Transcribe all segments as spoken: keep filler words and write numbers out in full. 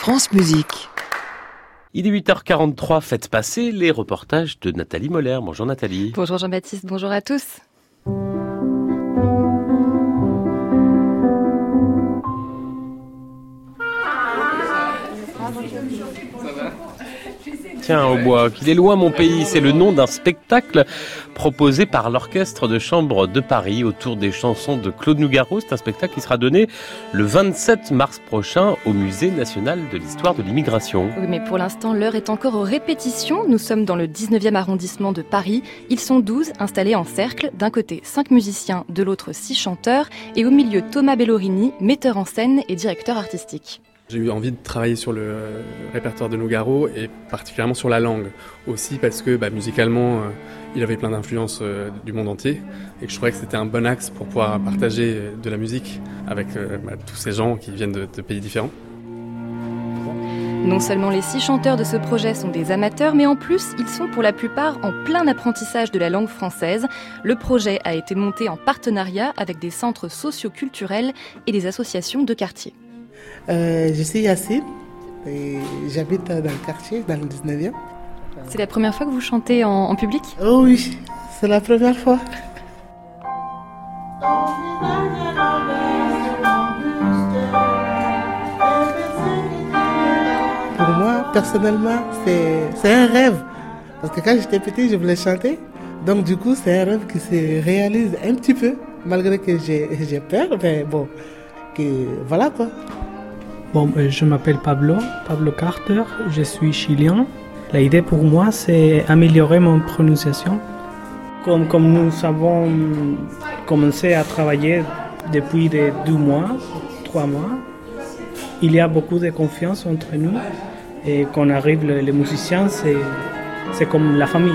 France Musique. Il est huit heures quarante-trois, faites passer les reportages de Nathalie Moller. Bonjour Nathalie. Bonjour Jean-Baptiste, bonjour à tous. Tiens, au bois, qu'il est loin mon pays, c'est le nom d'un spectacle proposé par l'Orchestre de Chambre de Paris autour des chansons de Claude Nougaro. C'est un spectacle qui sera donné le vingt-sept mars prochain au Musée national de l'histoire de l'immigration. Oui, mais pour l'instant, l'heure est encore aux répétitions. Nous sommes dans le dix-neuvième arrondissement de Paris. Ils sont douze installés en cercle. D'un côté, cinq musiciens, de l'autre, six chanteurs. Et au milieu, Thomas Bellorini, metteur en scène et directeur artistique. J'ai eu envie de travailler sur le répertoire de Nougaro et particulièrement sur la langue. Aussi parce que bah, musicalement, euh, il avait plein d'influences euh, du monde entier et que je trouvais que c'était un bon axe pour pouvoir partager de la musique avec euh, bah, tous ces gens qui viennent de, de pays différents. Non seulement les six chanteurs de ce projet sont des amateurs, mais en plus, ils sont pour la plupart en plein apprentissage de la langue française. Le projet a été monté en partenariat avec des centres socio-culturels et des associations de quartier. Euh, je suis Yacine et j'habite dans le quartier, dans le dix-neuvième. C'est la première fois que vous chantez en, en public ? Oh oui, c'est la première fois. Pour moi, personnellement, c'est, c'est un rêve. Parce que quand j'étais petit, je voulais chanter. Donc du coup, c'est un rêve qui se réalise un petit peu, malgré que j'ai, j'ai peur. Mais bon, que, voilà quoi. Bon, je m'appelle Pablo, Pablo Carter, je suis chilien. L'idée pour moi, c'est améliorer mon prononciation. Comme, comme nous avons commencé à travailler depuis de deux mois, trois mois, il y a beaucoup de confiance entre nous. Et quand arrive les, les musiciens, c'est, c'est comme la famille.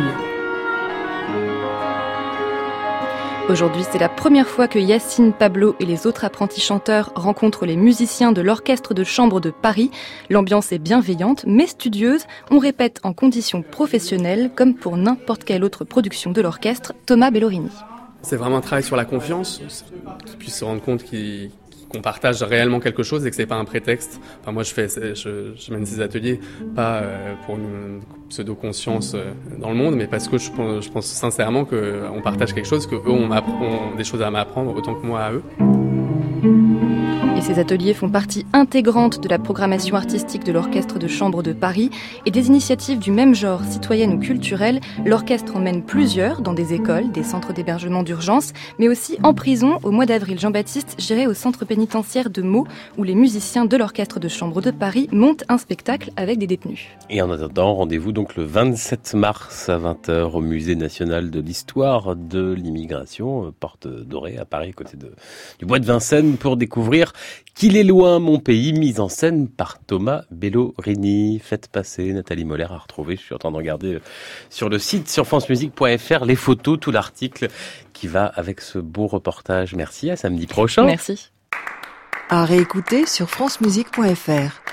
Aujourd'hui, c'est la première fois que Yacine, Pablo et les autres apprentis chanteurs rencontrent les musiciens de l'Orchestre de Chambre de Paris. L'ambiance est bienveillante, mais studieuse. On répète en conditions professionnelles, comme pour n'importe quelle autre production de l'orchestre. Thomas Bellorini. C'est vraiment un travail sur la confiance, qu'ils puissent se rendre compte qu'ils... qu'on partage réellement quelque chose et que c'est pas un prétexte. Enfin, moi, je fais, je, je mène ces ateliers pas euh, pour une pseudo-conscience euh, dans le monde, mais parce que je pense, je pense sincèrement qu'on partage quelque chose, qu'eux ont, ont des choses à m'apprendre autant que moi à eux. Et ces ateliers font partie intégrante de la programmation artistique de l'Orchestre de Chambre de Paris et des initiatives du même genre, citoyennes ou culturelles. L'orchestre en mène plusieurs dans des écoles, des centres d'hébergement d'urgence, mais aussi en prison. Au mois d'avril, Jean-Baptiste, j'irai au centre pénitentiaire de Meaux, où les musiciens de l'Orchestre de Chambre de Paris montent un spectacle avec des détenus. Et en attendant, rendez-vous donc le vingt-sept mars à vingt heures au Musée national de l'histoire de l'immigration, porte dorée à Paris, à côté de, du bois de Vincennes, pour découvrir Qu'il est loin mon pays, mise en scène par Thomas Bellorini. Faites passer, Nathalie Moller à retrouver. Je suis en train de regarder sur le site sur francemusique point f r les photos, tout l'article qui va avec ce beau reportage. Merci, à samedi prochain. Merci. À réécouter sur francemusique point f r.